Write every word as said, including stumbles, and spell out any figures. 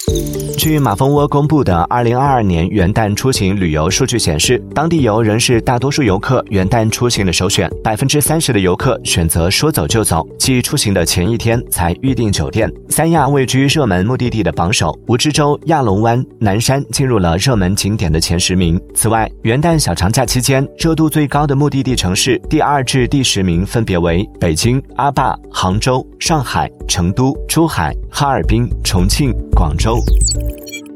据马蜂窝公布的二零二二年元旦出行旅游数据显示，当地游仍是大多数游客元旦出行的首选， 百分之三十 的游客选择说走就走，即出行的前一天才预订酒店。三亚位居热门目的地的榜首，蜈支洲、亚龙湾、南山进入了热门景点的前十名。此外，元旦小长假期间热度最高的目的地城市第二至第十名分别为北京、阿坝、杭州、上海、成都、珠海、哈尔滨、重庆、广州。